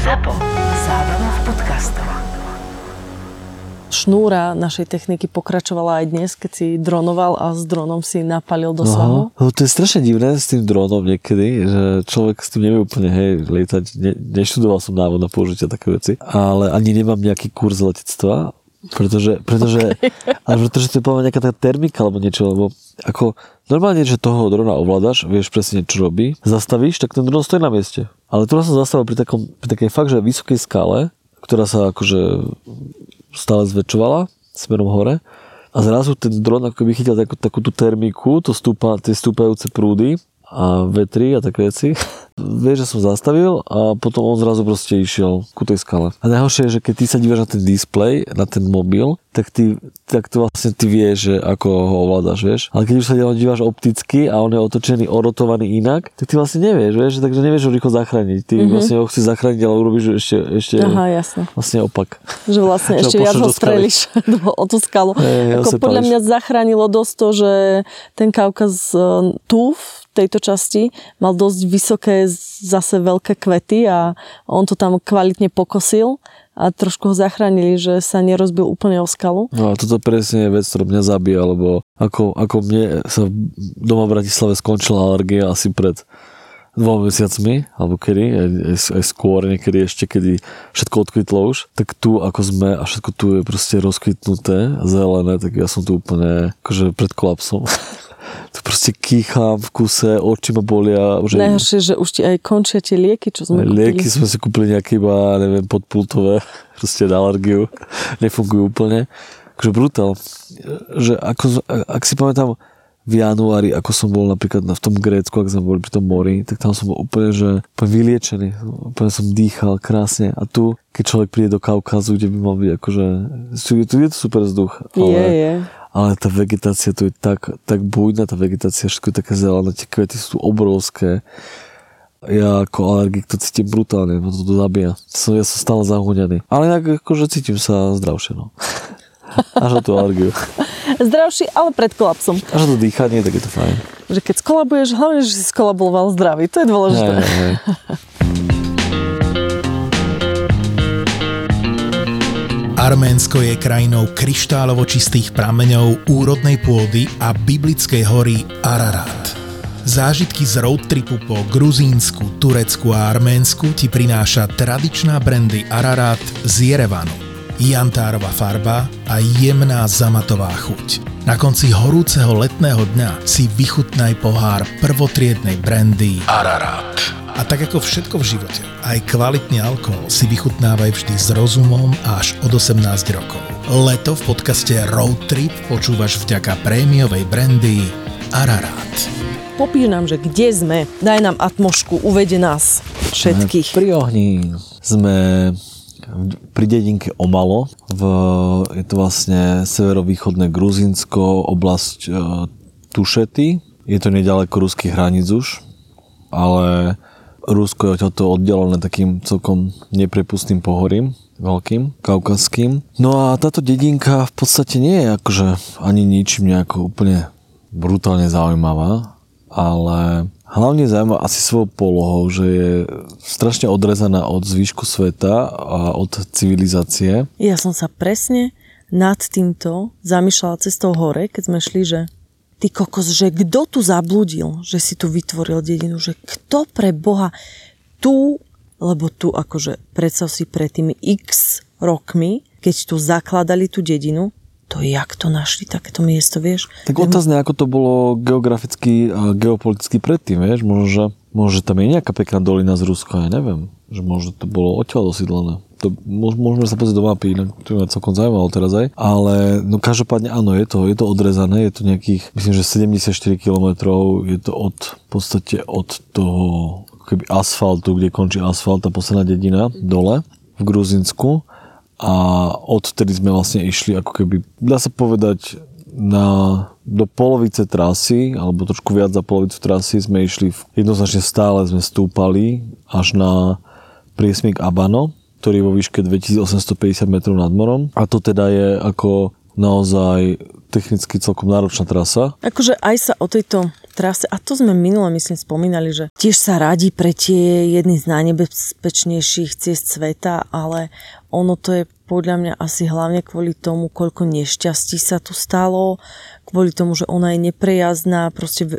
Zábrná v podcastov. Šnúra našej techniky pokračovala aj dnes, keď si dronoval a s dronom si napalil do svahu. No, to je strašne divné s tým dronom niekedy, že človek s tým nevie úplne lietať. Neštudoval som návod na použitia také veci, ale ani nemám nejaký kurz letectva, pretože to je poviem nejaká tá termika alebo niečo, lebo ako normálne, že toho drona ovládaš, vieš presne, čo robí, zastavíš, tak ten dron stojí na mieste. Ale tu som zastavil pri takej fakt, že vysokej skále, ktorá sa akože stále zväčšovala smerom hore a zrazu ten dron ako by chytil takú tú termiku, tie stúpajúce prúdy a vetry a také veci. Vieš, že som zastavil a potom on zrazu proste išiel ku tej skale. A najhoršie je, že keď ty sa dívaš na ten displej, na ten mobil, tak to vlastne ty vieš, že ako ho ovládaš, vieš. Ale keď už sa dívaš opticky a on je otočený, orotovaný inak, tak ty vlastne nevieš, vieš, takže nevieš ho rýchlo zachrániť. Ty vlastne ho chceš zachrániť, ale urobíš ešte Aha, jasne. Vlastne opak. Že vlastne ešte viac ho strelíš o tú skalu. Ako podľa mňa zachránilo dosť to, že ten Kaukaz tu v tejto časti mal dosť vysoké zase veľké kvety a on to tam kvalitne pokosil a trošku ho zachránili, že sa nerozbil úplne o skalu. No a toto presne je vec, ktorá mňa zabíja, lebo ako mne sa doma v Bratislave skončila alergia asi pred 2 mesiacmi, alebo kedy, aj skôr niekedy ešte, kedy všetko odkvitlo už, tak tu ako sme a všetko tu je proste rozkvitnuté, zelené, tak ja som tu úplne akože pred kolapsom. Tu proste kýcham v kuse, oči ma bolia. Najhoršie, že už ti aj končia tie lieky, čo sme kúpili. Lieky sme si kúpili nejaké iba, neviem, podpultové, proste na alergiu. Nefungujú úplne. Akože brutál. Že ak si pamätám v januári, ako som bol napríklad v tom Grécku, ak sme boli pri tom mori, tak tam som bol úplne vyliečený. Úplne som dýchal krásne. A tu, keď človek príde do Kaukazu, kde by mal byť akože... Tu je to super vzduch. Ale tá vegetácia tu je tak bujná, tá vegetácia, všetko je také zelené, tie kvety sú obrovské. Ja ako alergik to cítim brutálne, to zabíja. Ja som stále zahúňaný. Ale inak akože cítim sa zdravšie, no. Až na tú alergiu. Zdravší, ale pred kolapsom. Až na to dýchanie, tak je to fajn. Že keď skolabuješ, hlavne, že si skolaboval zdravý, to je dôležité. Hej. Arménsko je krajinou kryštálovo čistých prameňov, úrodnej pôdy a biblickej hory Ararat. Zážitky z roadtripu po Gruzínsku, Turecku a Arménsku ti prináša tradičná brandy Ararat z Jerevanu. Jantárova farba a jemná zamatová chuť. Na konci horúceho letného dňa si vychutnaj pohár prvotriednej brandy Ararat. A tak ako všetko v živote, aj kvalitný alkohol si vychutnávaj vždy s rozumom až od 18 rokov. Leto v podcaste Road Trip počúvaš vďaka prémiovej brandy Ararat. Popíš nám, že kde sme, daj nám atmošku, uvede nás všetkých. Pri ohni sme pri dedinke Omalo, je to vlastne severovýchodné Gruzínsko, oblasť Tušety. Je to nedaleko ruských hraníc už, ale Rusko je odtiaľto oddelené takým celkom neprepustným pohorím, veľkým, kaukazským. No a táto dedinka v podstate nie je akože ani ničím nejako úplne brutálne zaujímavá, ale hlavne zaujímavá asi svojou polohou, že je strašne odrezaná od zvyšku sveta a od civilizácie. Ja som sa presne nad týmto zamýšľala cestou hore, keď sme šli, že ty kokos, že kto tu zabludil, že si tu vytvoril dedinu, že kto pre Boha tu, lebo tu akože predstav si pred tými x rokmi, keď tu zakladali tú dedinu, to jak to našli takéto miesto, vieš? Tak otázne, ako to bolo geograficky a geopoliticky predtým, vieš? Možno, že tam je nejaká pekná dolina z Ruska, ja neviem. Že možno to bolo odtiaľ osídlené. Môžeme sa pozrieť do mapy, inak to ma celkom zaujímalo teraz aj. Ale no každopádne áno, je to odrezané, je to nejakých, myslím, že 74 kilometrov, je to v podstate od toho keby asfaltu, kde končí asfalt, tá posledná dedina dole v Gruzínsku. A odtedy sme vlastne išli ako keby, dá sa povedať, do polovice trasy, alebo trošku viac za polovicu trasy sme išli, jednoznačne stále sme stúpali až na priesmik Abano, ktorý je vo výške 2850 metrov nad morom. A to teda je ako naozaj technicky celkom náročná trasa. Akože aj sa o tejto trase, a to sme minule, myslím, spomínali, že tiež sa radí pre tie jedny z najnebezpečnejších ciest sveta, ale ono to je podľa mňa asi hlavne kvôli tomu, koľko nešťastí sa tu stalo, kvôli tomu, že ona je neprejazdná, proste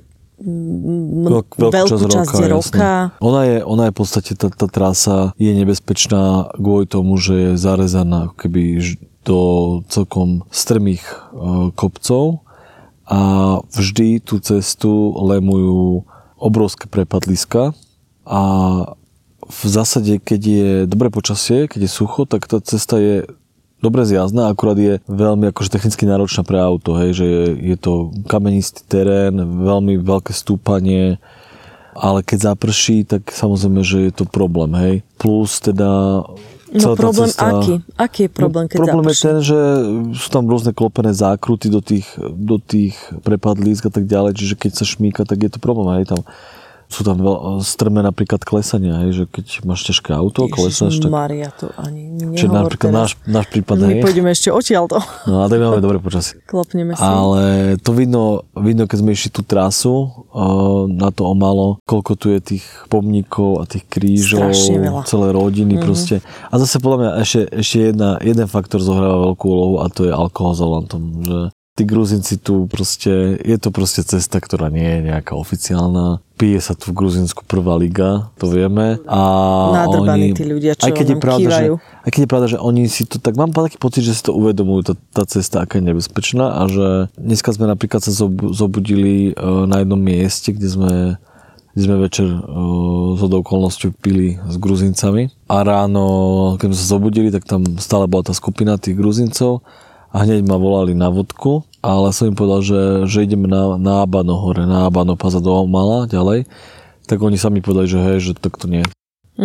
veľkú časť roka. Ona je v podstate, tá trasa je nebezpečná kvôli tomu, že je zarezaná keby do celkom strmých kopcov a vždy tú cestu lemujú obrovské prepadliska a v zásade, keď je dobré počasie, keď je sucho, tak tá cesta je dobre zjazdná, akurát je veľmi akože technicky náročná pre auto, hej, že je to kamenistý terén, veľmi veľké stúpanie, ale keď zaprší, tak samozrejme, že je to problém, hej. Plus teda no problém cesta, aký? Aký je problém, keď problém zaprší? je ten, že sú tam rôzne klopené zákruty do tých prepadlísk a tak ďalej, čiže keď sa šmíka, tak je to problém, hej, tam sú tam strmé napríklad klesania, hej, že keď máš ťažké auto, klesáš, tak... Maria, to ani nehovor čiže napríklad náš prípad, hej. My pôjdeme ešte odtiaľto. No a tak máme dobre počasie. Klopneme si. Ale to vidno, keď sme išli tú trasu, na to omalo, koľko tu je tých pomníkov a tých krížov, celé rodiny proste. A zase podľa mňa ešte jeden faktor zohráva veľkú úlohu a to je alkohol za volantom, že tí Gruzinci tu proste, je to proste cesta, ktorá nie je nejaká oficiálna. Pije sa tu v Gruzínsku prvá liga, to vieme. A nádrbaní tí ľudia, čo nám kývajú. Aj keď je pravda, že oni si to, tak mám taký pocit, že si to uvedomujú, tá cesta, aká je nebezpečná a že dneska sme napríklad sa zobudili na jednom mieste, kde sme večer z okolností pili s Gruzincami a ráno, keď sme sa zobudili, tak tam stále bola tá skupina tých Gruzincov a hneď ma volali na vodku, ale som im povedal, že ideme na Abano hore, na Abano Paza do Omala ďalej, tak oni sami povedali, že hej, že tak to nie.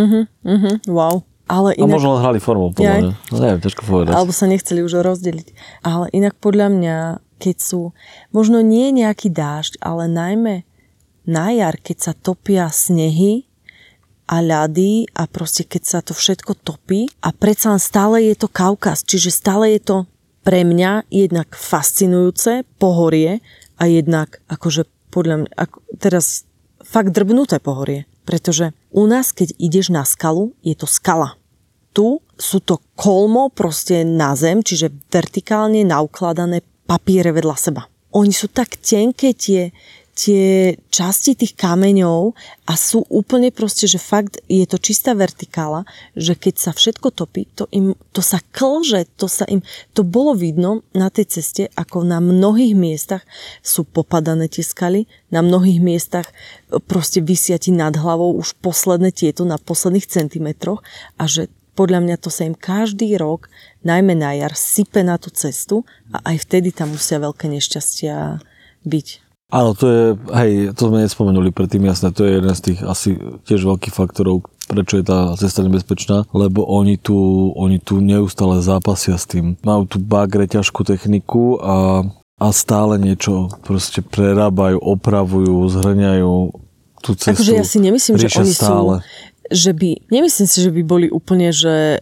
Wow. Ale inak... A možno len hrali formou, podľa mňa. No neviem, ťažko povedať. Alebo sa nechceli už rozdeliť. Ale inak podľa mňa, keď sú, možno nie nejaký dážď, ale najmä na jar, keď sa topia snehy a ľady a proste keď sa to všetko topí a predsa stále je to Kaukaz, čiže stále je to pre mňa jednak fascinujúce pohorie a jednak akože podľa mňa, teraz fakt drbnuté pohorie. Pretože u nás, keď ideš na skalu, je to skala. Tu sú to kolmo proste na zem, čiže vertikálne naukladané papiere vedľa seba. Oni sú tak tenké tie časti tých kameňov a sú úplne proste, že fakt je to čistá vertikála, že keď sa všetko topí, to sa klže, to bolo vidno na tej ceste, ako na mnohých miestach sú popadané tie skaly, na mnohých miestach proste visia ti nad hlavou už posledné tieto na posledných centimetroch a že podľa mňa to sa im každý rok, najmä na jar, sype na tú cestu a aj vtedy tam musia veľké nešťastia byť. Áno, to sme nespomenuli predtým, jasné, to je jeden z tých asi tiež veľkých faktorov, prečo je tá cesta nebezpečná, lebo oni tu neustále zápasia s tým. Majú tu bagre, ťažkú techniku a stále niečo proste prerábajú, opravujú, zhrňajú tú cestu. Takže ja si nemyslím, že oni stále. Nemyslím si, že by boli úplne, že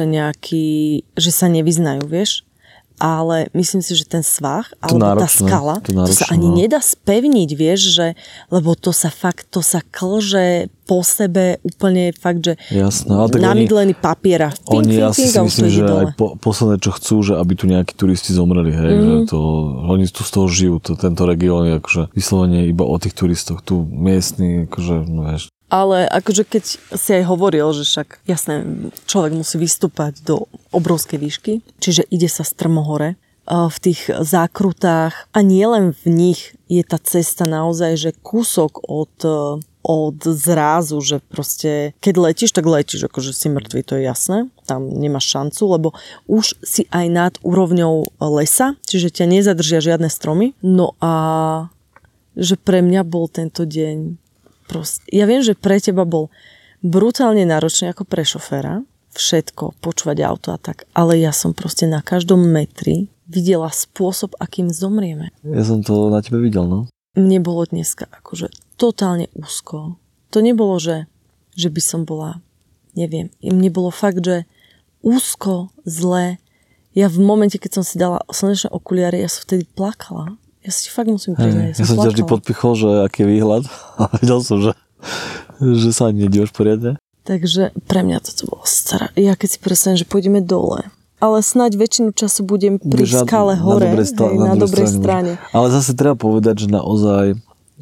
sa nevyznajú, vieš? Ale myslím si, že ten svah, alebo tá skala, to sa ani nedá spevniť, vieš, že, lebo to sa klže po sebe úplne fakt, že namydlený papier. Oni asi si myslím, že aj posledné, čo chcú, že aby tu nejakí turisti zomreli, hej, že oni tu z toho žijú, tento región je akože vyslovene iba o tých turistoch, tu miestni, akože, no vieš. Ale akože keď si aj hovoril, že však jasné, človek musí vystúpať do obrovskej výšky, čiže ide sa strmo hore v tých zákrutách a nie len v nich je tá cesta naozaj, že kúsok od zrázu, že proste keď letíš, tak letíš, akože si mŕtvy, to je jasné, tam nemáš šancu, lebo už si aj nad úrovňou lesa, čiže ťa nezadržia žiadne stromy. No a že pre mňa bol tento deň ja viem, že pre teba bol brutálne náročný ako pre šoféra, všetko, počúvať auto a tak, ale ja som proste na každom metri videla spôsob, akým zomrieme. Ja som to na tebe videl, no. Mne bolo dneska akože totálne úzko. To nebolo, že by som bola, neviem, mne bolo fakt, že úzko, zle. Ja v momente, keď som si dala slnečné okuliare, ja som vtedy plakala. Ja si fakt musím priznať. Ja som ťa vždy podpichol, že aký je výhľad. A videl som, že sa ani nedívaš poriadne. Takže pre mňa toto bolo ja keď si predstavím, že pôjdeme dole, ale snáď väčšinu času budem pri skále hore, na dobrej strane. Ale zase treba povedať, že naozaj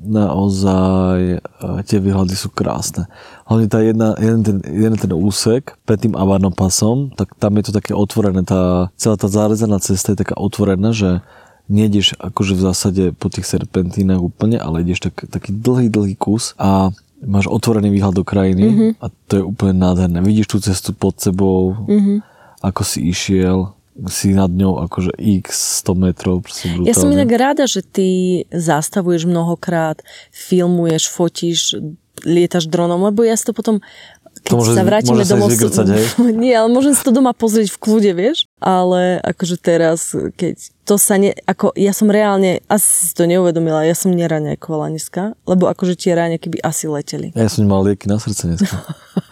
tie výhľady sú krásne. Hlavne tá jeden ten úsek pred tým Abanopasom, tak tam je to také otvorené, celá tá zárezaná cesta je taká otvorená, že nejdeš akože v zásade po tých serpentínach úplne, ale ideš taký dlhý kus a máš otvorený výhľad do krajiny a to je úplne nádherné. Vidíš tú cestu pod sebou, ako si išiel, si nad ňou akože x 100 metrov. Ja som inak rada, že ty zastavuješ mnohokrát, filmuješ, fotíš, lietaš dronom, lebo ja si to potom, keď sa vrátime domov... Nie, ale môžem si to doma pozrieť v kľude, vieš? Ale akože teraz, keď to sa ja som reálne, asi si to neuvedomila, ja som neraňajkovala dneska, lebo akože tie raňajky by asi leteli. Ja som nemal lieky na srdce dneska.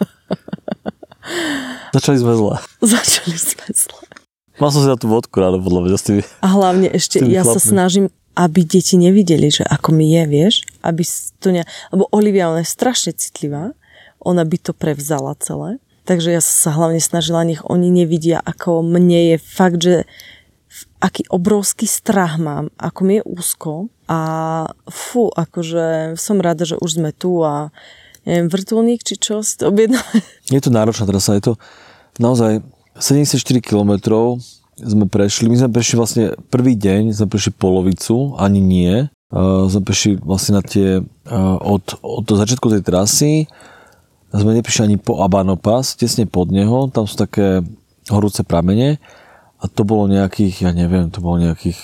Začali sme zle. Mal som si na tú vodku ráno, podľa mňa. A hlavne ešte, ja sa snažím, aby deti nevideli, že ako mi je, vieš, aby to lebo Olivia, ona je strašne citlivá, ona by to prevzala celé, takže ja sa hlavne snažila, nech oni nevidia, ako mne je fakt, že aký obrovský strach mám, ako mi je úzko a akože som rada, že už sme tu a neviem, vrtuľník, či čo si to objednáme. Je to náročná trasa, je to naozaj 74 kilometrov sme prešli. My sme prešli vlastne prvý deň, sme prešli polovicu, ani nie. Sme prešli vlastne na tie, od začiatku tej trasy sme neprišli ani po Abanopas, tesne pod neho, tam sú také horúce pramene a to bolo nejakých, ja neviem, to bolo nejakých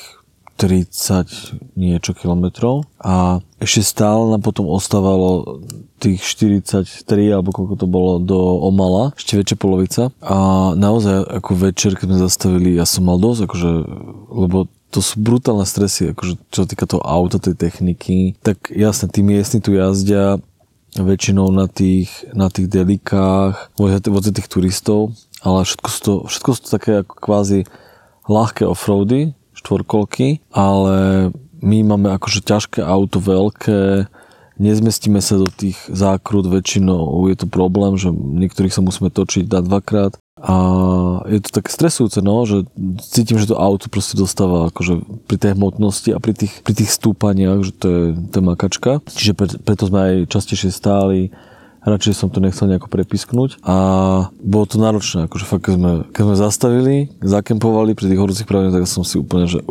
30 niečo kilometrov a ešte stále nám potom ostávalo tých 43 alebo koľko to bolo do Omala, ešte väčšia polovica a naozaj ako večer, keď sme zastavili, ja som mal dosť, akože, lebo to sú brutálne stresy, akože čo sa týka toho auta, tej techniky, tak jasne, tí miestni tu jazdia väčšinou na tých delikách, vozia tých turistov, ale všetko sú to také ako kvázi ľahké offroady, štvorkolky, ale my máme akože ťažké auto, veľké, nezmestíme sa do tých zákrut, väčšinou je to problém, že niektorých sa musíme točiť dvakrát a je to také stresujúce, no, že cítim, že to auto proste dostáva akože pri tej hmotnosti a pri tých stúpaniach, že to je makačka, čiže preto sme aj častejšie stáli, radšej som to nechcel nejako prepisknúť a bolo to náročné, akože fakt, keď sme zastavili, zakempovali pri tých horúcich pravidlách, tak som si úplne, že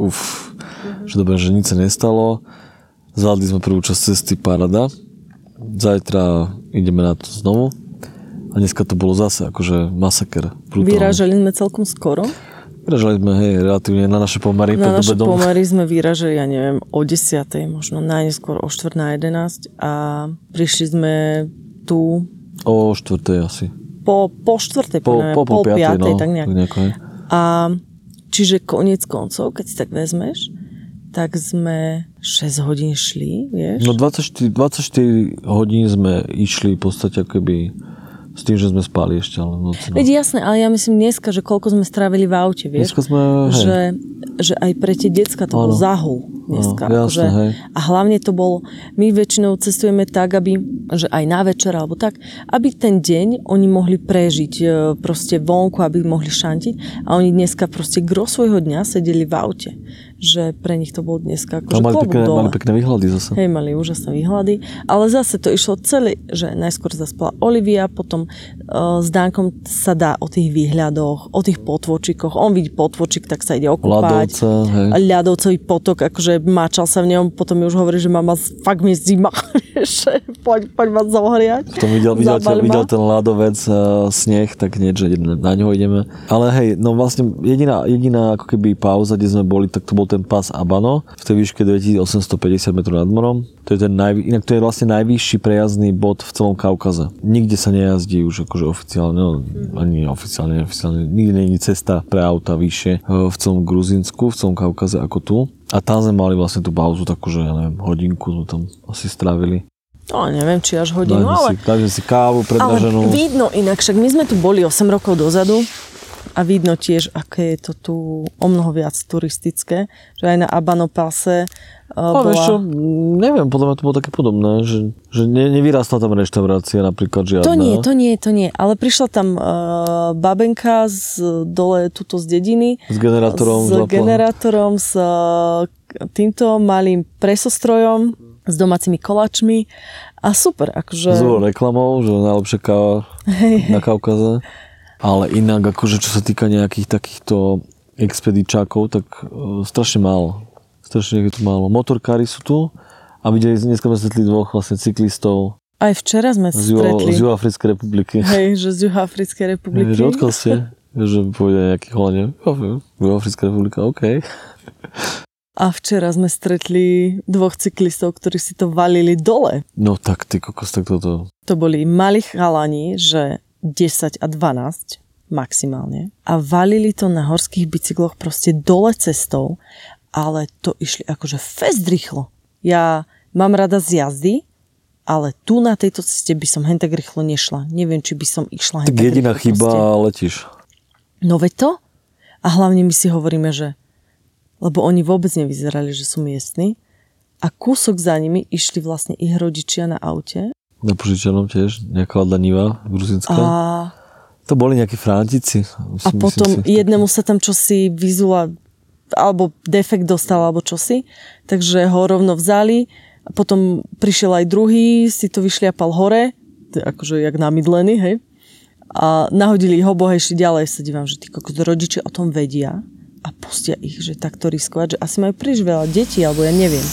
že dobre, že nič sa nestalo, zvládli sme prvú časť cesty, paráda, zajtra ideme na to znovu a dneska to bolo zase akože masaker. Brutálne. Vyrážali sme celkom skoro? Vyrážali sme, relatívne na naše pomery. Na naše pomery sme vyrážali, ja neviem, o 10, možno najneskôr o 4:11 a prišli sme tu... O 4 asi. Po 4, po 5, no, tak nejak. A čiže koniec koncov, keď si tak vezmeš, tak sme 6 hodín šli, vieš? No 24 hodín sme išli v podstate akoby s tým, že sme spali ešte, ale v noci. Veď jasné, ale ja myslím dneska, že koľko sme strávili v aute, vieš? Dneska sme, že aj pre tie decka to bol záhul dneska. Jasné, hej. A hlavne to bolo, my väčšinou cestujeme tak, že aj na večer, alebo tak, aby ten deň oni mohli prežiť proste vonku, aby mohli šantiť a oni dneska proste gro svojho dňa sedeli v aute. Že pre nich to bol dneska akože klobúk dole. Mali pekné výhľady zase. Hej, mali úžasné výhľady, ale zase to išlo celé, že najskôr zaspala Olivia, potom s Dankom sa dá o tých výhľadoch, o tých potvočikoch, on vidí potvočik, tak sa ide okúpať. Ľadovcový potok, akože máčal sa v ňom, potom mi už hovorí, že mama, fakt mi zima, poď ma zohriať. Potom videl ten ľadovec, sneh, tak nie, že na ňo ideme. Ale hej, no vlastne jediná ako keby pauza, kde sme boli, tak to bol ten pás Abano v tej výške 2850 metrov nad morom. To je inak to je vlastne najvyšší prejazdný bod v celom Kaukaze. Nikde sa nejazdí už akože oficiálne, no, ani oficiálne, nikde nie je cesta pre auta vyššie v celom Gruzínsku, v celom Kaukaze ako tu. A tam sme mali vlastne tú pauzu takú, že ja neviem, hodinku sme tam asi strávili. No, neviem, či až hodinu, Dajme si kávu prednaženú. Ale vidno inak, však my sme tu boli 8 rokov dozadu A vidno tiež, aké je to tu o mnoho viac turistické, že aj na Abanopase bola... Čo, neviem, podľa mňa to bolo také podobné, že nevyrastla tam reštaurácia napríklad žiadna. To nie, ale prišla tam babenka dole tuto z dediny. S generátorom. S týmto malým presostrojom, s domácimi koláčmi a super, akože... S reklamou, že najlepšia káva na Kaukaze. Ale inak, akože čo sa týka nejakých takýchto expedičákov, tak strašne málo. Strašne je tu málo. Motorkári sú tu a dneska sme stretli dvoch vlastne cyklistov. Aj včera sme stretli. Z Juhoafrickej republiky. Hej, že z Juhoafrickej republiky. Že odkiaľ ste? Že povedia nejaký Holandia. Juhoafrická republika, OK. A včera sme stretli dvoch cyklistov, ktorí si to valili dole. No tak ty kokos, tak toto. To boli malí chalani, že 10 a 12 maximálne. A valili to na horských bicykloch proste dole cestou, ale to išli akože fest rýchlo. Ja mám rada z jazdy, ale tu na tejto ceste by som hen tak rýchlo nešla. Neviem, či by som išla hen tak rýchlo. Tak jediná chyba, letíš. No veď to? A hlavne my si hovoríme, že lebo oni vôbec nevyzerali, že sú miestni a kúsok za nimi išli vlastne ich rodičia na aute. Na Požičanom tiež, nejaká Adaniva gruzinská. To boli nejakí Frantici. A potom jednému sa tam čosi vyzula, alebo defekt dostal, alebo čosi. Takže ho rovno vzali. A potom prišiel aj druhý, si to vyšliapal hore, akože jak namydlený, hej. A nahodili ho, bohejšli ďalej. Sa dívam, že tí rodičia o tom vedia a pustia ich, že takto riskovať, že asi majú príliš veľa detí, alebo ja neviem.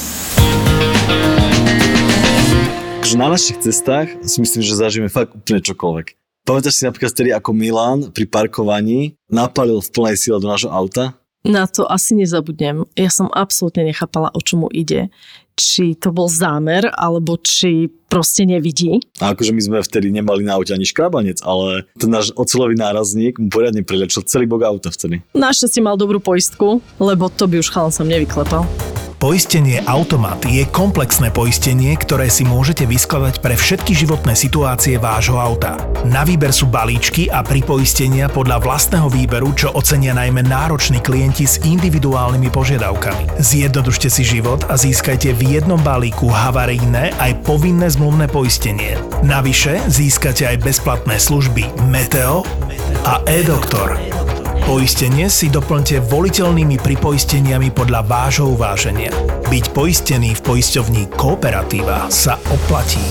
Na našich cestách si myslím, že zažijeme fakt úplne čokoľvek. Pamätáš si napríklad vtedy, ako Milan pri parkovaní napálil v plnej sile do nášho auta? Na to asi nezabudnem. Ja som absolútne nechápala, o čomu ide. Či to bol zámer, alebo či proste nevidí. A akože my sme vtedy nemali na aute ani škrabanec, ale ten náš oceľový nárazník mu poriadne prelečil celý bok auta vtedy. Našťastie mal dobrú poistku, lebo to by už chalan som nevyklepal. Poistenie Automat je komplexné poistenie, ktoré si môžete vyskladať pre všetky životné situácie vášho auta. Na výber sú balíčky a pripoistenia podľa vlastného výberu, čo ocenia najmä nároční klienti s individuálnymi požiadavkami. Zjednodušte si život a získajte v jednom balíku havarijné aj povinné zmluvné poistenie. Navyše získate aj bezplatné služby Meteo a e-doktor. Poistenie si doplňte voliteľnými pripoisteniami podľa vášho uváženia. Byť poistený v poisťovni Kooperatíva sa oplatí.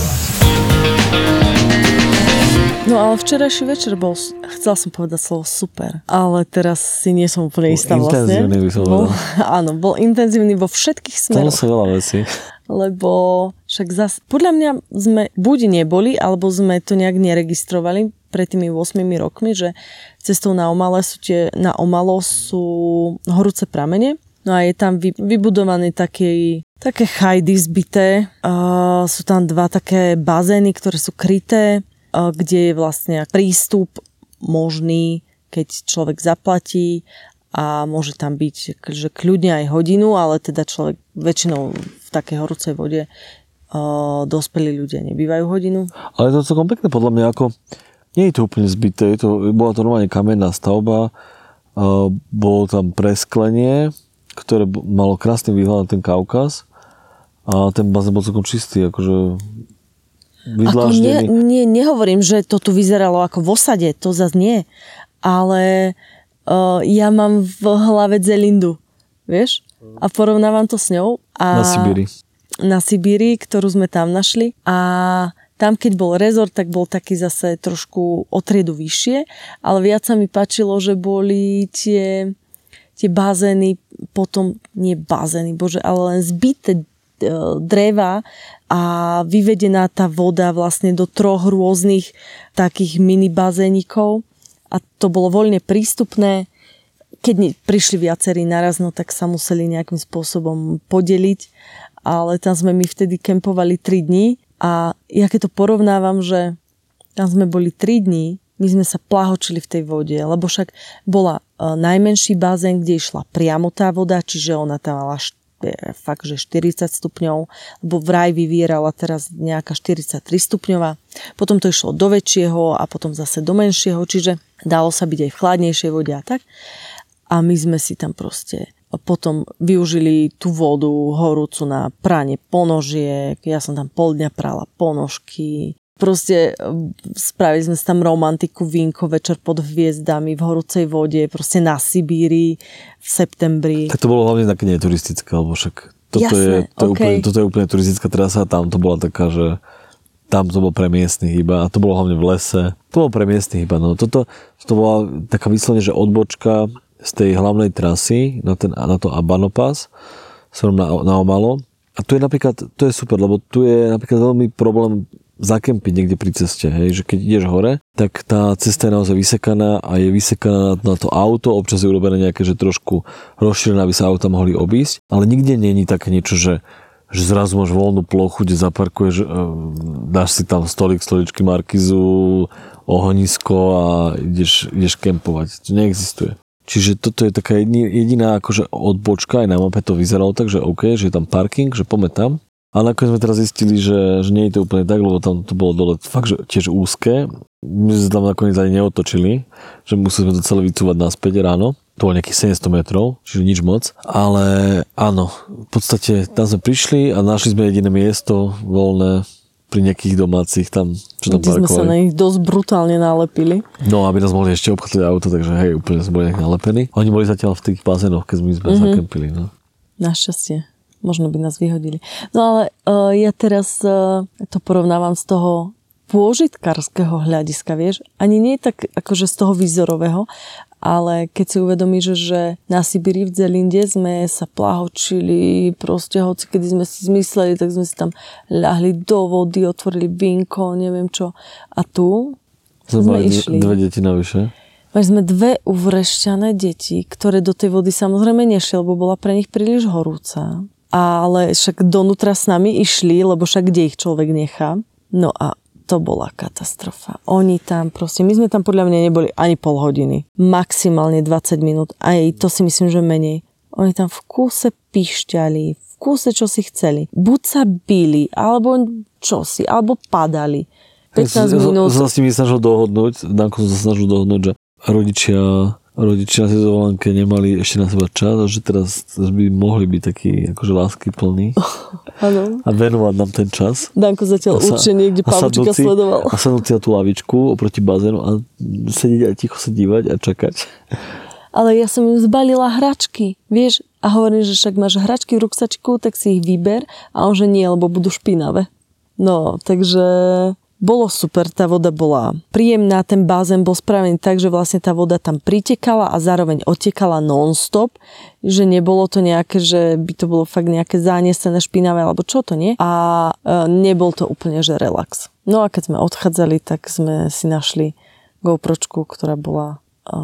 No ale včerajší večer bol, chcela som povedať slovo super, ale teraz si nie som úplne istá vlastne. Intenzívny by som povedal. Áno, bol intenzívny vo všetkých smeroch. Stalo sa veľa vecí. Lebo však podľa mňa sme buď neboli, alebo sme to nejak neregistrovali pred tými 8 rokmi, že cestou na Omalo sú horúce pramene. No a je tam vybudované také chajdy zbité. Sú tam dva také bazény, ktoré sú kryté, kde je vlastne prístup možný, keď človek zaplatí a môže tam byť že kľudne aj hodinu, ale teda človek väčšinou v takej horúcej vode dospelí ľudia nebývajú hodinu. Ale to je celkom pekné podľa mňa, ako nie je to úplne zbyté, bola to normálne kamenná stavba, bolo tam presklenie, ktoré malo krásny výhľad na ten Kaukaz a ten bazén bol celkom čistý, akože vydláždený. Nehovorím, že to tu vyzeralo ako v osade, to zase nie, ale ja mám v hlave Zelindu, vieš? A porovnávam to s ňou. Na Sibíri, ktorú sme tam našli. A tam, keď bol rezort, tak bol taký zase trošku o triedu vyššie, ale viac sa mi páčilo, že boli tie bazény, potom nie bazény, bože, ale len zbité dreva a vyvedená tá voda vlastne do 3 rôznych takých mini bazénikov. A to bolo voľne prístupné. Keď prišli viacerí naraz, no tak sa museli nejakým spôsobom podeliť. Ale tam sme my vtedy kempovali 3 dní. A ja keď to porovnávam, že tam sme boli 3 dní, my sme sa plahočili v tej vode. Lebo však bola najmenší bazén, kde išla priamo tá voda, čiže ona tam mala fakt, že 40 stupňov, lebo vraj vyvierala teraz nejaká 43 stupňová. Potom to išlo do väčšieho a potom zase do menšieho, čiže dalo sa byť aj v chladnejšej vode a tak. A my sme si tam proste potom využili tú vodu horúcu na pranie ponožiek, ja som tam pol dňa prala ponožky. Proste spravili sme si tam romantiku, vínko, večer pod hviezdami v horúcej vode, proste na Sibíri v septembri. Tak to bolo hlavne také neturistické, lebo však toto je úplne turistická trasa, tam to bola taká, že tam to bolo pre miestnych iba a to bolo hlavne v lese. To bolo pre miestnych iba, no. Toto bola taká vyslovene, že odbočka z tej hlavnej trasy na to Abano Pass smerom na Omalo. A tu je napríklad, to je super, lebo tu je napríklad veľmi problém zakempiť niekde pri ceste, hej, že keď ideš hore, tak tá cesta je naozaj vysekaná a je vysekaná na to auto, občas je urobené nejaké, že trošku rozšírené, aby sa auta mohli obísť, ale nikde nie je také niečo, že zrazu máš voľnú plochu, kde zaparkuješ, dáš si tam stoličky markizu, ohnisko a ideš kempovať. To neexistuje. Čiže toto je taká jediná akože odbočka, aj na mape to vyzeralo tak, že OK, že je tam parking, že poďme tam. Ale nakoniec sme teraz zistili, že nie je to úplne tak, lebo tam to bolo dole fakt, že tiež úzke. My sme tam nakoniec ani neotočili, že museli sme to celé vycúvať naspäť ráno. To bolo nejakých 700 metrov, čiže nič moc. Ale áno, v podstate tam sme prišli a našli sme jediné miesto voľné pri nejakých domácich tam, čo tam parkovali. Sme sa na nich dosť brutálne nalepili. No, aby nás mohli ešte obchádzať auto, takže hej, úplne sme boli nejak nalepení. Oni boli zatiaľ v tých bazénoch, keď sme zakempili. No. Našťastie. Možno by nás vyhodili. No ale ja teraz to porovnávam z toho pôžitkárskeho hľadiska, vieš. Ani nie tak akože z toho výzorového, ale keď si uvedomíš, že na Sibíri v Zelinde sme sa plahočili, proste hoci kedy sme si zmysleli, tak sme si tam ľahli do vody, otvorili vínko, neviem čo. A tu sme išli. Dve deti navyše. Mali sme dve uvrešťané deti, ktoré do tej vody samozrejme nešli, lebo bola pre nich príliš horúca. Ale však donútra s nami išli, lebo však kde ich človek nechá. No a to bola katastrofa. Oni tam proste, my sme tam podľa mňa neboli ani pol hodiny. Maximálne 20 minút. Aj to si myslím, že menej. Oni tam v kúse pišťali, v kúse čo si chceli. Buď sa bili, alebo čosi, alebo padali. 15 minút. Som sa s nimi snažil dohodnúť, Danko som sa snažil dohodnúť, že rodičia na tej dovolenke nemali ešte na seba čas a že teraz by mohli byť takí akože láskyplní a venovať nám ten čas. Danko zatiaľ určite niekde Pavčíka sledoval. A sadnúť si na tú lavičku oproti bazénu a sedieť a ticho sa dívať a čakať. Ale ja som im zbalila hračky, vieš, a hovorím, že však máš hračky v ruksačku, tak si ich vyber a on, že nie, lebo budú špinavé. No, takže bolo super, tá voda bola príjemná, ten bazén bol spravený tak, že vlastne tá voda tam pritekala a zároveň odtekala non-stop, že nebolo to nejaké, že by to bolo fakt nejaké zaniesené špinavé, alebo čo to nie. A nebol to úplne, že relax. No a keď sme odchádzali, tak sme si našli GoPročku, ktorá bola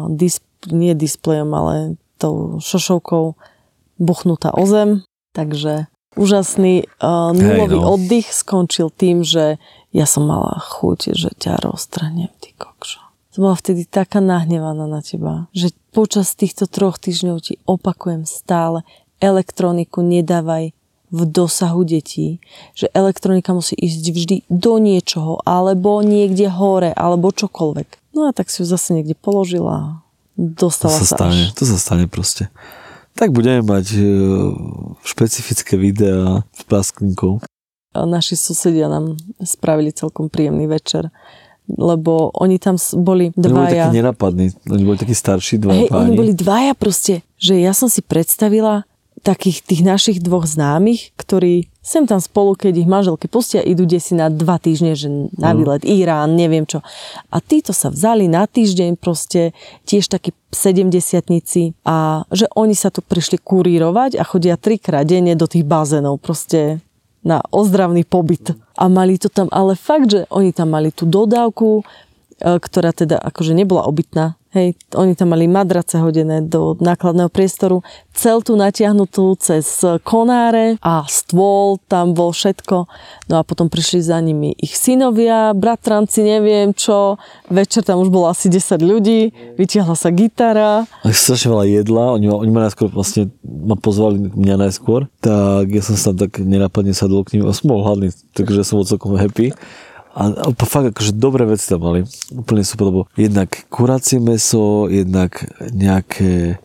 nie displejom, ale tou šošovkou buchnutá o zem. Takže úžasný nulový oddych skončil tým, že ja som mala chuť, že ťa roztrhnem, ty kokšo. Som bola vtedy taká nahnevaná na teba, že počas týchto 3 týždňov ti opakujem stále, elektroniku nedávaj v dosahu detí, že elektronika musí ísť vždy do niečoho, alebo niekde hore, alebo čokoľvek. No a tak si ju zase niekde položila a dostala sa To sa stane proste. Tak budeme mať špecifické videá s prasklinkou. Naši susedia nám spravili celkom príjemný večer, lebo oni tam boli dvaja. Oni boli takí nenapadní, oni boli takí starší dvaja páni. Oni boli dvaja proste, že ja som si predstavila takých tých našich 2 známych, ktorí sem tam spolu, keď ich manželky pustia, idú desi na 2 týždne, že na výlet, Irán, neviem čo. A títo sa vzali na týždeň proste, tiež takí 70-tnici a že oni sa tu prišli kurírovať a chodia 3-krát denne do tých bazénov, proste na ozdravný pobyt. A mali to tam, ale fakt, že oni tam mali tú dodávku, ktorá teda akože nebola obytná, Hej, oni tam mali madrace hodené do nákladného priestoru, celtu natiahnutú cez konáre a stôl, tam bol všetko. No a potom prišli za nimi ich synovia, bratranci, neviem čo. Večer tam už bolo asi 10 ľudí, vytiahla sa gitara. A strašne veľa jedla, oni ma najskôr vlastne ma pozvali mňa najskôr, tak ja som sa tak nenápadne sadol k nim a som bol hladný, takže som bol celkom happy. A fakt akože dobré veci tam mali. Úplne super, lebo jednak kurácie mäso, jednak nejaké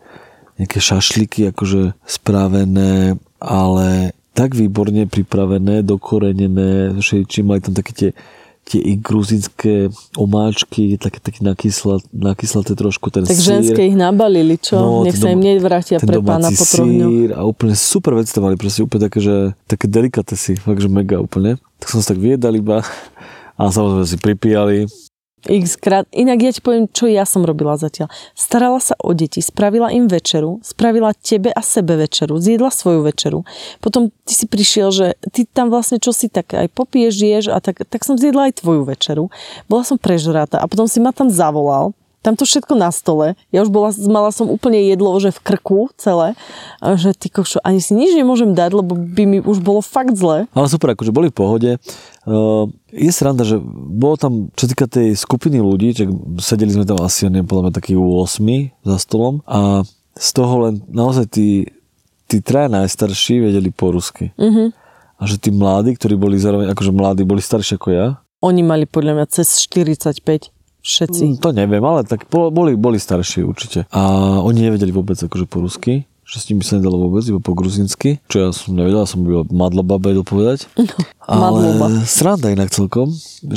šašlíky akože spravené, ale tak výborne pripravené, dokorenené, či mali tam také tie ich gruzínske omáčky, také nakyslaté trošku, ten tak sír. Tak ženské ich nabalili, čo? No, nech sa im nevrátia pre pána po 3 dňoch. A úplne super veci tam mali, proste úplne také, že také delikatesy, fakt, že mega úplne. Tak som sa tak vyjedal iba a samozrejme si pripíjali. Xkrát. Inak ja ti poviem, čo ja som robila zatiaľ. Starala sa o deti, spravila im večeru, spravila tebe a sebe večeru, zjedla svoju večeru. Potom ty si prišiel, že ty tam vlastne čo si tak aj popiješ, ješ a tak som zjedla aj tvoju večeru. Bola som prežratá a potom si ma tam zavolal. Tam to všetko na stole. Ja už mala som úplne jedlo, že v krku celé. A že ty kokšo, ani si nič nemôžem dať, lebo by mi už bolo fakt zle. Ale super, akože boli v pohode. Je sranda, že bolo tam, čo týka tej skupiny ľudí, že sedeli sme tam asi, neviem, podľa mňa takých 8 za stolom a z toho len naozaj tí traja najstarší vedeli po rusky. Uh-huh. A že tí mladí, ktorí boli zároveň, akože mladí, boli starší ako ja. Oni mali podľa mňa cez 45. Všetci. To neviem, ale tak boli starší určite. A oni nevedeli vôbec akože po rusky, že s nimi sa nedalo vôbec, iba po gruzínsky. Čo ja som nevedel, som byl madloba, vedel povedať. Ale sranda inak celkom.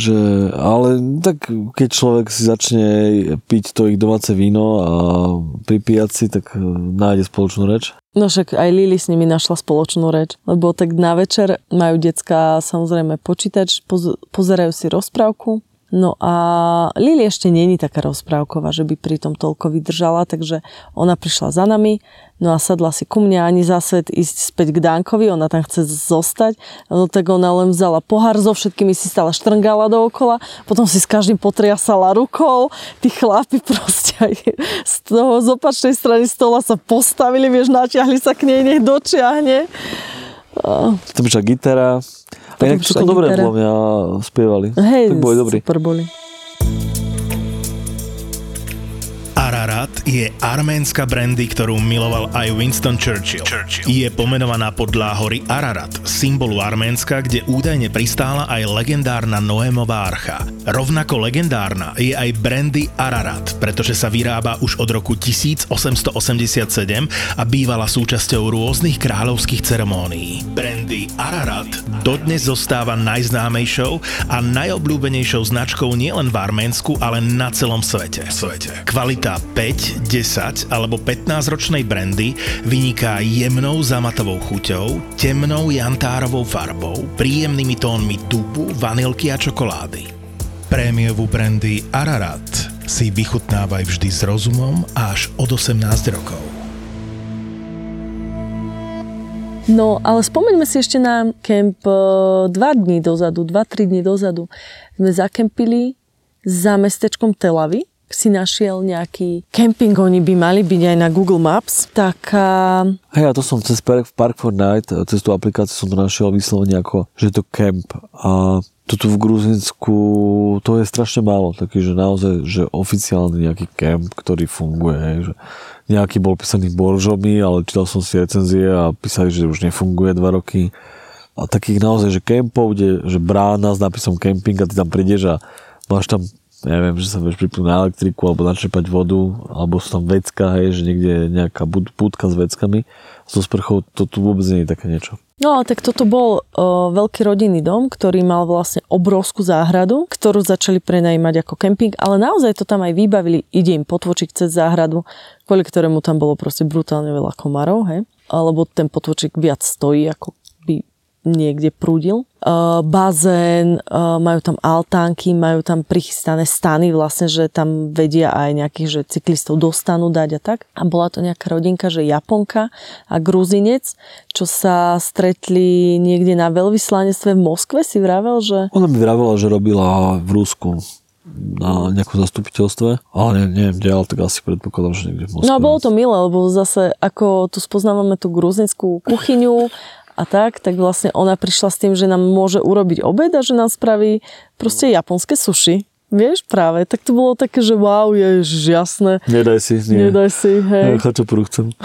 Ale tak keď človek si začne piť to ich domáce víno a pripíjať si, tak nájde spoločnú reč. No však aj Lili s nimi našla spoločnú reč, lebo tak na večer majú decká samozrejme počítač, pozerajú si rozprávku. No a Lili ešte není taká rozprávková, že by pri tom toľko vydržala, takže ona prišla za nami, no a sadla si ku mne ani za svet ísť späť k Dánkovi, ona tam chce zostať, no tak ona len vzala pohár, so všetkými si stále štrngala dookola, potom si s každým potriasala rukou, tí chlapi proste aj z opačnej strany stola sa postavili, vieš, natiahli sa k nej, nech dočiahne. To prišla gitara. A inak všetko dobre podľa mňa spievali. Hej, tak boli dobrí. Super boli. Ararat je arménska brandy, ktorú miloval aj Winston Churchill. Je pomenovaná podľa hory Ararat, symbolu Arménska, kde údajne pristála aj legendárna Noémová archa. Rovnako legendárna je aj brandy Ararat, pretože sa vyrába už od roku 1887 a bývala súčasťou rôznych kráľovských ceremónií. Brandy Ararat dodnes zostáva najznámejšou a najobľúbenejšou značkou nielen v Arménsku, ale na celom svete. Kvalita 5, 10 alebo 15-ročnej brandy vyniká jemnou zamatovou chuťou, temnou jantárovou farbou, príjemnými tónmi dubu, vanilky a čokolády. Prémiovú brandy Ararat si vychutnávaj vždy s rozumom až od 18 rokov. No, ale spomeňme si ešte na kemp 2-3 dní dozadu. Sme zakempili za mestečkom Tel Aviv. Si našiel nejaký kemping, oni by mali byť aj na Google Maps, tak... Hej, a to som cez Park for Night, cez tú aplikáciu som to našiel vyslovene ako, že je to kemp. A toto v Gruzínsku, to je strašne málo, taký, že naozaj, že oficiálny nejaký kemp, ktorý funguje, hej, že nejaký bol písaný boržomi, ale čítal som si recenzie a písali, že už nefunguje 2 roky. A takých naozaj, že kempov, kde, že brána s nápisom camping a ty tam prídeš a máš tam, neviem, že sa vieš pripnúť na elektriku alebo načerpať vodu, alebo sú tam vecka, hej, že niekde je nejaká budka s veckami, so sprchou, to tu vôbec nie je také niečo. No ale tak toto bol veľký rodinný dom, ktorý mal vlastne obrovskú záhradu, ktorú začali prenajímať ako kemping, ale naozaj to tam aj vybavili, ide im potvočík cez záhradu, kvôli ktorému tam bolo proste brutálne veľa komárov, hej, alebo ten potvočík viac stojí, ako by niekde prúdil. Bazén, majú tam altánky, majú tam prichystané stany vlastne, že tam vedia aj nejakých, že cyklistov dostanú dať a tak. A bola to nejaká rodinka, že Japonka a Gruzinec, čo sa stretli niekde na veľvyslanectve v Moskve, si vravel, že... Ona mi vravela, že robila v Rusku. na nejakom zastupiteľstve, ale neviem, kde, ale tak asi predpokladám, že niekde v Moskve. No a bolo to milé, lebo zase ako tu spoznávame tú gruzinskú kuchyňu a tak vlastne ona prišla s tým, že nám môže urobiť obed a že nám spraví proste japonské sushi. Vieš, práve. Tak to bolo také, že wow, ježiš, jasné. Nedaj si, nie. Nedaj si, hej. Chačapuru chcem.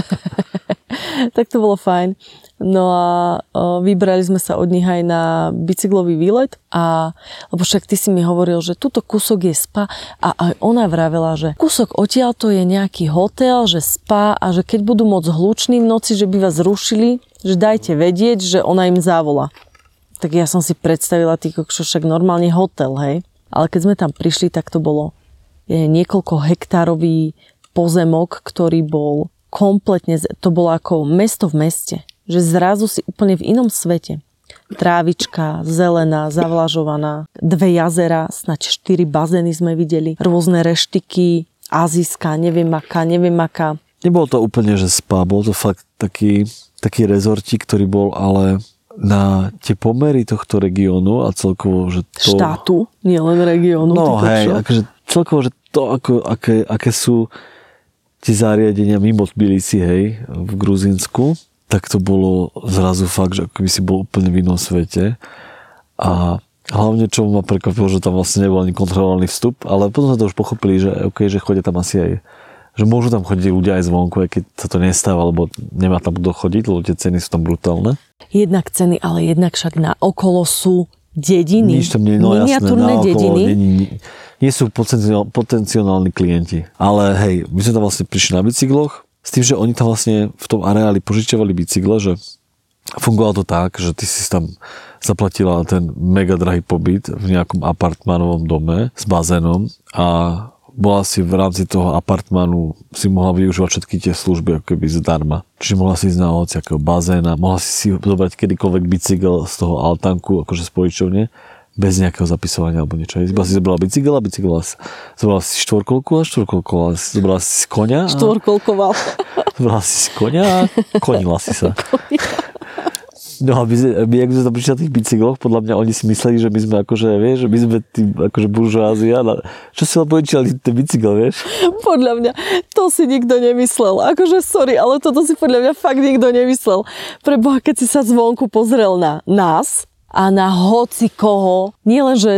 Tak to bolo fajn. No a vybrali sme sa od nich aj na bicyklový výlet lebo však ty si mi hovoril, že tuto kúsok je spa a aj ona vravela, že kúsok odtiaľto je nejaký hotel, že spa a že keď budú moc hluční v noci, že by vás zrušili, že dajte vedieť, že ona im zavolá. Tak ja som si predstavila však normálne hotel, hej. Ale keď sme tam prišli, tak to bolo niekoľko hektárový pozemok, ktorý bol kompletne, to bolo ako mesto v meste. Že zrazu si úplne v inom svete. Trávička, zelená, zavlažovaná, 2 jazera, snáď 4 bazény sme videli, rôzne reštiky, azijská, neviem aká. Nebolo to úplne, že spa, bol to fakt taký rezortík, ktorý bol ale na tie pomery tohto regiónu a celkovo, že to... Štátu, nie len regiónu. No hej, akože celkovo, že to, aké sú tie zariadenia mimo Tbilisi, hej, v Gruzínsku, tak to bolo zrazu fakt, že ako by si bol úplne v inom svete. A hlavne, čo ma prekvapilo, že tam vlastne nebol ani kontrolovaný vstup, ale potom sme to už pochopili, že okay, že chodia tam asi aj, že môžu tam chodiť ľudia aj zvonku, aj keď sa to nestáva, lebo nemá tam kto chodiť, lebo tie ceny sú tam brutálne. Jednak ceny, ale jednak však na okolo sú dediny. Nič tam nie, no miniatúrne jasné, dediny. Nie sú potenciálni klienti. Ale hej, my sme tam vlastne prišli na bicykloch, s tým, že oni tam vlastne v tom areáli požičiavali bicykle, že fungovalo to tak, že ty si tam zaplatila ten mega drahý pobyt v nejakom apartmanovom dome s bazénom a bola si v rámci toho apartmanu, si mohla využívať všetky tie služby ako keby zdarma. Čiže mohla si ísť na hociakého bazéna, mohla si zobrať kedykoľvek bicykel z toho altánku, akože z požičovne, bez nejakého zapisovania alebo niečo. Iba si zobrala bicykel a zobrala si štvorkolku a zobrala si koňa. Štvorkolkoval. Zobrala si koňa a konila si sa. No a my, jak sme tam prišli na tých bicykloch, podľa mňa oni si mysleli, že my sme akože, vieš, že my sme tým akože buržoázia. Čo si len požičali ten bicykel, vieš? Podľa mňa to si nikto nemyslel. Akože sorry, ale toto si podľa mňa fakt nikto nemyslel. Preboha, keď si sa zvonku pozrel na nás a na hoci koho, nielenže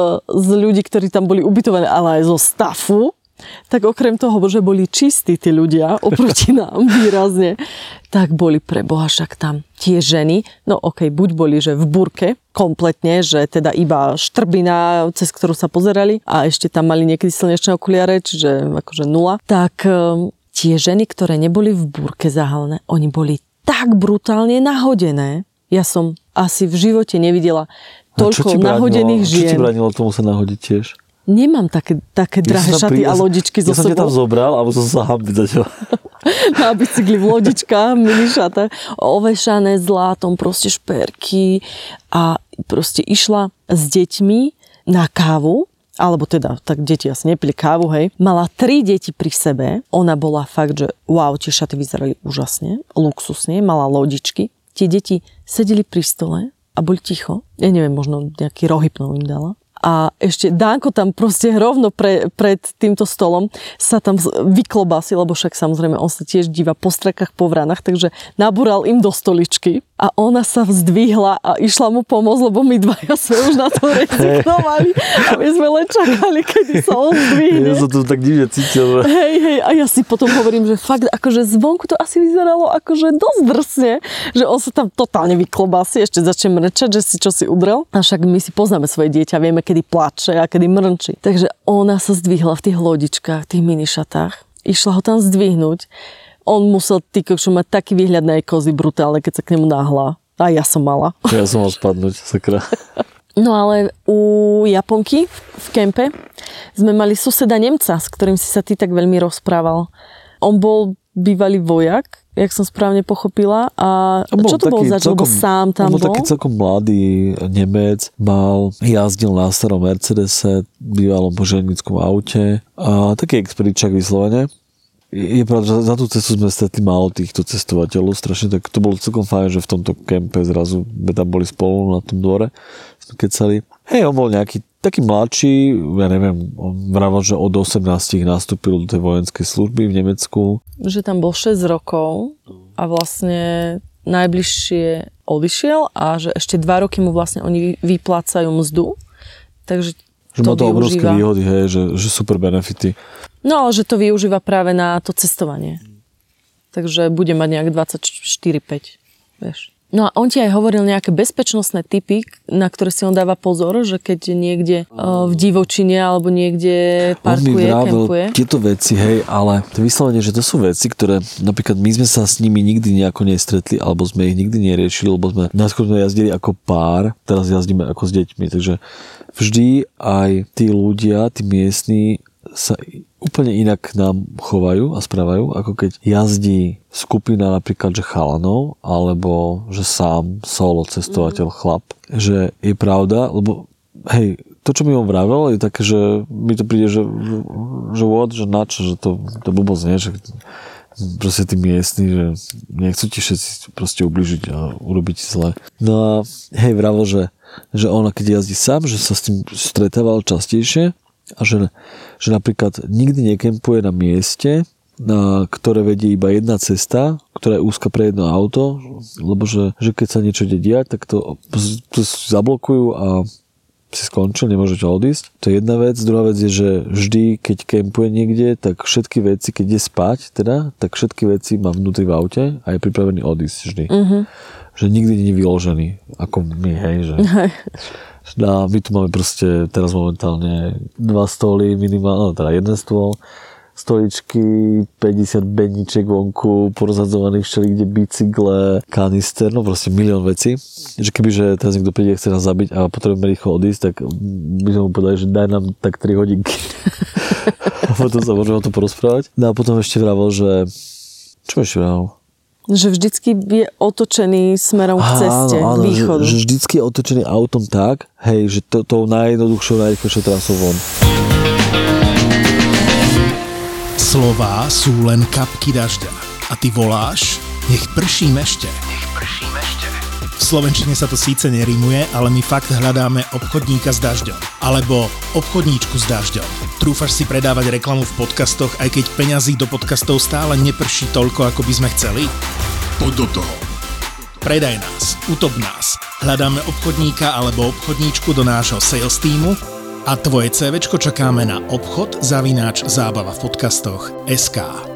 z ľudí, ktorí tam boli ubytovaní, ale aj zo stafu, tak okrem toho, že boli čistí tí ľudia oproti nám výrazne, tak boli preboha však tam tie ženy, no okej, buď boli, že v burke kompletne, že teda iba štrbina, cez ktorú sa pozerali a ešte tam mali niekedy slnečné okuliare, čiže akože 0, tak tie ženy, ktoré neboli v burke zahalené, oni boli tak brutálne nahodené. Ja som asi v živote nevidela toľko nahodených žien. Čo ti bránilo tomu sa nahodiť tiež? Nemám také drahé šaty a lodičky so sebou. Ja som ťa tam zobral, alebo som sa hambiť začal. Na bicykli v lodičkách, mini šate, ovešané zlátom, proste šperky a proste išla s deťmi na kávu, alebo teda, tak deti asi nepili kávu, hej. Mala 3 deti pri sebe, ona bola fakt, že wow, tie šaty vyzerali úžasne, luxusne, mala lodičky. Tie deti sedeli pri stole a boli ticho. Ja neviem, možno nejaký rohypnol im dala. A ešte Dánko tam proste rovno pred týmto stolom sa tam vyklobásil, lebo však samozrejme on sa tiež díva po strekách, po vranách, takže nabúral im do stoličky a ona sa vzdvihla a išla mu pomôcť, lebo my dvaja sme už na to rezignovali a my sme len čakali, kedy sa on zdvihne. Ja som to tak divne cítil. Hej, a ja si potom hovorím, že fakt, akože zvonku to asi vyzeralo akože dosť drsne, že on sa tam totálne vyklobási, ešte začne mrčať, že si čo si udrel. A však my si poznáme svoje dieťa, vieme, kedy plače a kedy mrnčí. Takže ona sa zdvihla v tých lodičkách, tých minišatách, išla ho tam zdvihnúť. On musel mať taký výhľad na jej kozy brutálne, keď sa k nemu náhla. A ja som mala. Ja som mal spadnúť, sakra. No ale u Japonky v kempe sme mali suseda Nemca, s ktorým si sa ty tak veľmi rozprával. On bol bývalý vojak, jak som správne pochopila. A čo to bol zač, lebo sám tam bol? On bol taký celkom mladý Nemec, jazdil na starom Mercedese, bývalom požiarníckom aute a taký expedičák vyslovene. Je pravda, že za tú cestu sme stretli málo týchto cestovateľov, strašne, tak to bolo celkom fajn, že v tomto kempe zrazu sme tam boli spolu na tom dvore, sme kecali. Hej, on bol nejaký taký mladší, ja neviem, on vravel, že od 18 nastúpil do tej vojenskej služby v Nemecku. Že tam bol 6 rokov a vlastne najbližšie odišiel a že ešte 2 roky mu vlastne oni vyplácajú mzdu. Takže že to má to obrovské využíva. výhody, hej, že super benefity. No ale že to využíva práve na to cestovanie. Takže bude mať nejak 24-5, vieš. No a on ti aj hovoril nejaké bezpečnostné tipy, na ktoré si on dáva pozor, že keď niekde v divočine alebo niekde parkuje, kempuje. Tieto veci, hej, ale to vyslovene, že to sú veci, ktoré napríklad my sme sa s nimi nikdy nejako nestretli, alebo sme ich nikdy neriešili, lebo sme najskôr sme jazdili ako pár, teraz jazdíme ako s deťmi, takže vždy aj tí ľudia, tí miestni sa úplne inak k nám chovajú a správajú, ako keď jazdí skupina napríklad, že chalanov, alebo že sám solo cestovateľ chlap. Že je pravda, lebo hej, to, čo mi on vravel, je také, že mi to príde, že what, že načo, že to blbosť nie, že proste tí miestni, že nechcú ti všetci proste ubližiť a urobiť zle. No a hej, vravel, že on keď jazdí sám, že sa s tým stretával častejšie, a že napríklad nikdy nekempuje na mieste, na ktoré vedie iba jedna cesta, ktorá je úzka pre jedno auto, lebo že keď sa niečo ide diať, tak to zablokujú a si skončil, nemôžete odísť. To je jedna vec. Druhá vec je, že vždy, keď kempuje niekde, tak všetky veci, keď ide spať, teda, tak všetky veci má vnútri v aute a je pripravený odísť vždy. Mm-hmm. Že nikdy nie je vyložený, ako my, hej, že... No, my tu máme proste teraz momentálne 2 stoly minimálne, teda jeden stôl, stoličky, 50 bedniček vonku, porozhadzovaných všelikde bicykle, kanister, no proste milión vecí. Že kebyže teraz niekto príde, chce nás zabiť a potrebujeme rýchlo odísť, tak by sme mu povedali, že daj nám tak 3 hodinky. A potom sa môžeme o tom porozprávať. No a potom ešte vravel, že... Čo ešte vravel? Že vždycky je otočený smerom k ceste, áno, východu. Že vždycky je otočený autom tak, hej, že tou najjednoduchšou, najrýchlejšou trasou von. Slová sú len kapky dažďa. A ty voláš, nech prší mešte. V slovenčine sa to síce nerimuje, ale my fakt hľadáme obchodníka s dažďom. Alebo obchodníčku s dažďom. Trúfaš si predávať reklamu v podcastoch, aj keď peňazí do podcastov stále neprší toľko, ako by sme chceli? Poď do toho. Predaj nás, utop nás. Hľadáme obchodníka alebo obchodníčku do nášho sales týmu a tvoje CVčko čakáme na obchod@zábavavpodcastoch.sk.